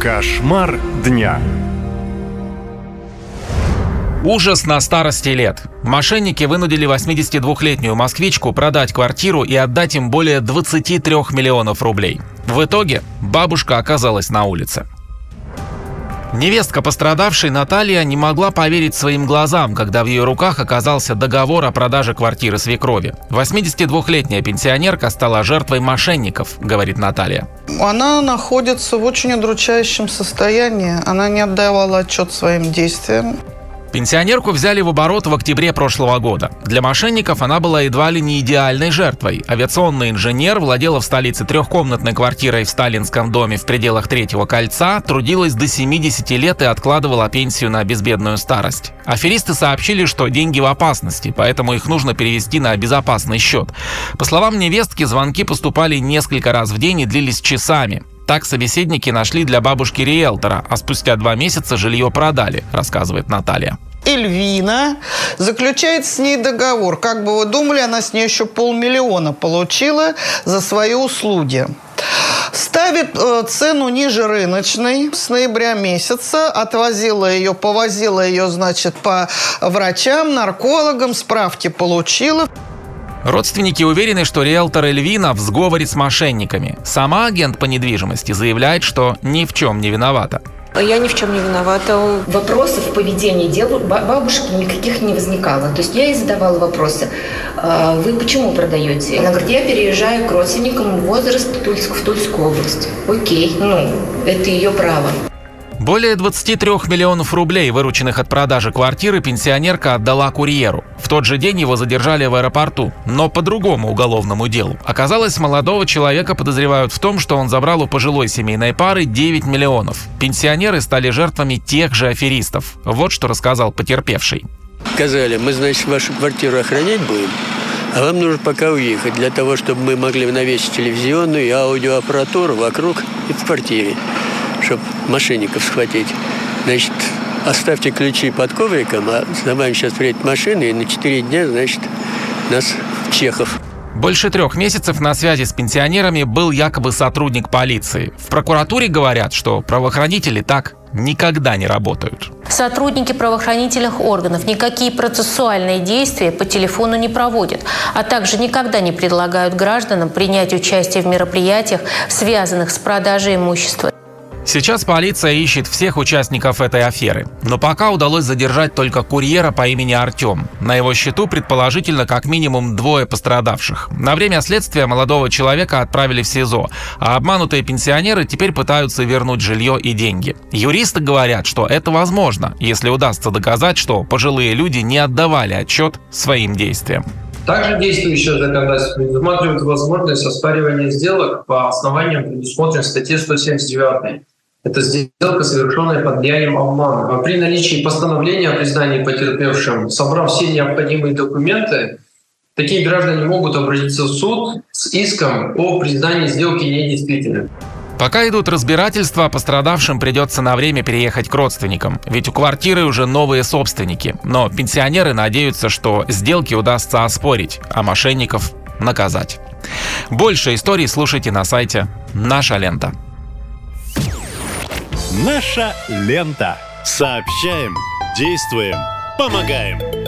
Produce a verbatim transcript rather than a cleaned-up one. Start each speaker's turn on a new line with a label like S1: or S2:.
S1: Кошмар дня.
S2: Ужас на старости лет. Мошенники вынудили восьмидесятидвухлетнюю москвичку продать квартиру и отдать им более двадцати трёх миллионов рублей. В итоге бабушка оказалась на улице. Невестка пострадавшей Наталья не могла поверить своим глазам, когда в ее руках оказался договор о продаже квартиры свекрови. восьмидесятидвухлетняя пенсионерка стала жертвой мошенников, говорит Наталья.
S3: Она находится в очень удручающем состоянии. Она не отдавала отчет своим действиям.
S2: Пенсионерку взяли в оборот в октябре прошлого года. Для мошенников она была едва ли не идеальной жертвой. Авиационный инженер владела в столице трехкомнатной квартирой в Сталинском доме в пределах Третьего кольца, трудилась до семидесяти лет и откладывала пенсию на безбедную старость. Аферисты сообщили, что деньги в опасности, поэтому их нужно перевести на безопасный счет. По словам невестки, звонки поступали несколько раз в день и длились часами. Так собеседники нашли для бабушки риэлтора, а спустя два месяца жилье продали, рассказывает Наталья.
S3: Эльвина заключает с ней договор. Как бы вы думали, она с нее еще полмиллиона получила за свои услуги. Ставит э, цену ниже рыночной с ноября месяца. Отвозила ее, повозила ее, значит, по врачам, наркологам, справки получила.
S2: Родственники уверены, что риэлтор Эльвина в сговоре с мошенниками. Сама агент по недвижимости заявляет, что ни в чем не виновата.
S4: Я ни в чем не виновата. Вопросов в поведении дел бабушки никаких не возникало. То есть я ей задавала вопросы. Вы почему продаете? Она говорит, я переезжаю к родственникам в возраст в Тульск, в Тульскую область. Окей, ну, это ее право.
S2: Более двадцати трёх миллионов рублей, вырученных от продажи квартиры, пенсионерка отдала курьеру. В тот же день его задержали в аэропорту, но по другому уголовному делу. Оказалось, молодого человека подозревают в том, что он забрал у пожилой семейной пары девять миллионов. Пенсионеры стали жертвами тех же аферистов. Вот что рассказал потерпевший.
S5: Сказали, мы, значит, вашу квартиру охранять будем, а вам нужно пока уехать, для того, чтобы мы могли навесить телевизионную и аудиоаппаратуру вокруг и в квартире, чтобы мошенников схватить. Значит, оставьте ключи под ковриком, а за вами сейчас приедет машина, и на четыре дня, значит, нас Чехов.
S2: Больше трех месяцев на связи с пенсионерами был якобы сотрудник полиции. В прокуратуре говорят, что правоохранители так никогда не работают.
S6: Сотрудники правоохранительных органов никакие процессуальные действия по телефону не проводят, а также никогда не предлагают гражданам принять участие в мероприятиях, связанных с продажей имущества.
S2: Сейчас полиция ищет всех участников этой аферы, но пока удалось задержать только курьера по имени Артем. На его счету предположительно как минимум двое пострадавших. На время следствия молодого человека отправили в СИЗО, а обманутые пенсионеры теперь пытаются вернуть жилье и деньги. Юристы говорят, что это возможно, если удастся доказать, что пожилые люди не отдавали отчет своим действиям.
S7: Также действующее законодательство предусматривает возможность оспаривания сделок по основаниям, предусмотренным в статье сто семьдесят девять. Это сделка, совершенная под влиянием обмана. При наличии постановления о признании потерпевшим, собрав все необходимые документы, такие граждане могут обратиться в суд с иском о признании сделки недействительной.
S2: Пока идут разбирательства, пострадавшим придется на время переехать к родственникам, ведь у квартиры уже новые собственники. Но пенсионеры надеются, что сделки удастся оспорить, а мошенников наказать. Больше историй слушайте на сайте «Наша лента».
S1: Наша лента.
S8: Сообщаем, действуем, помогаем.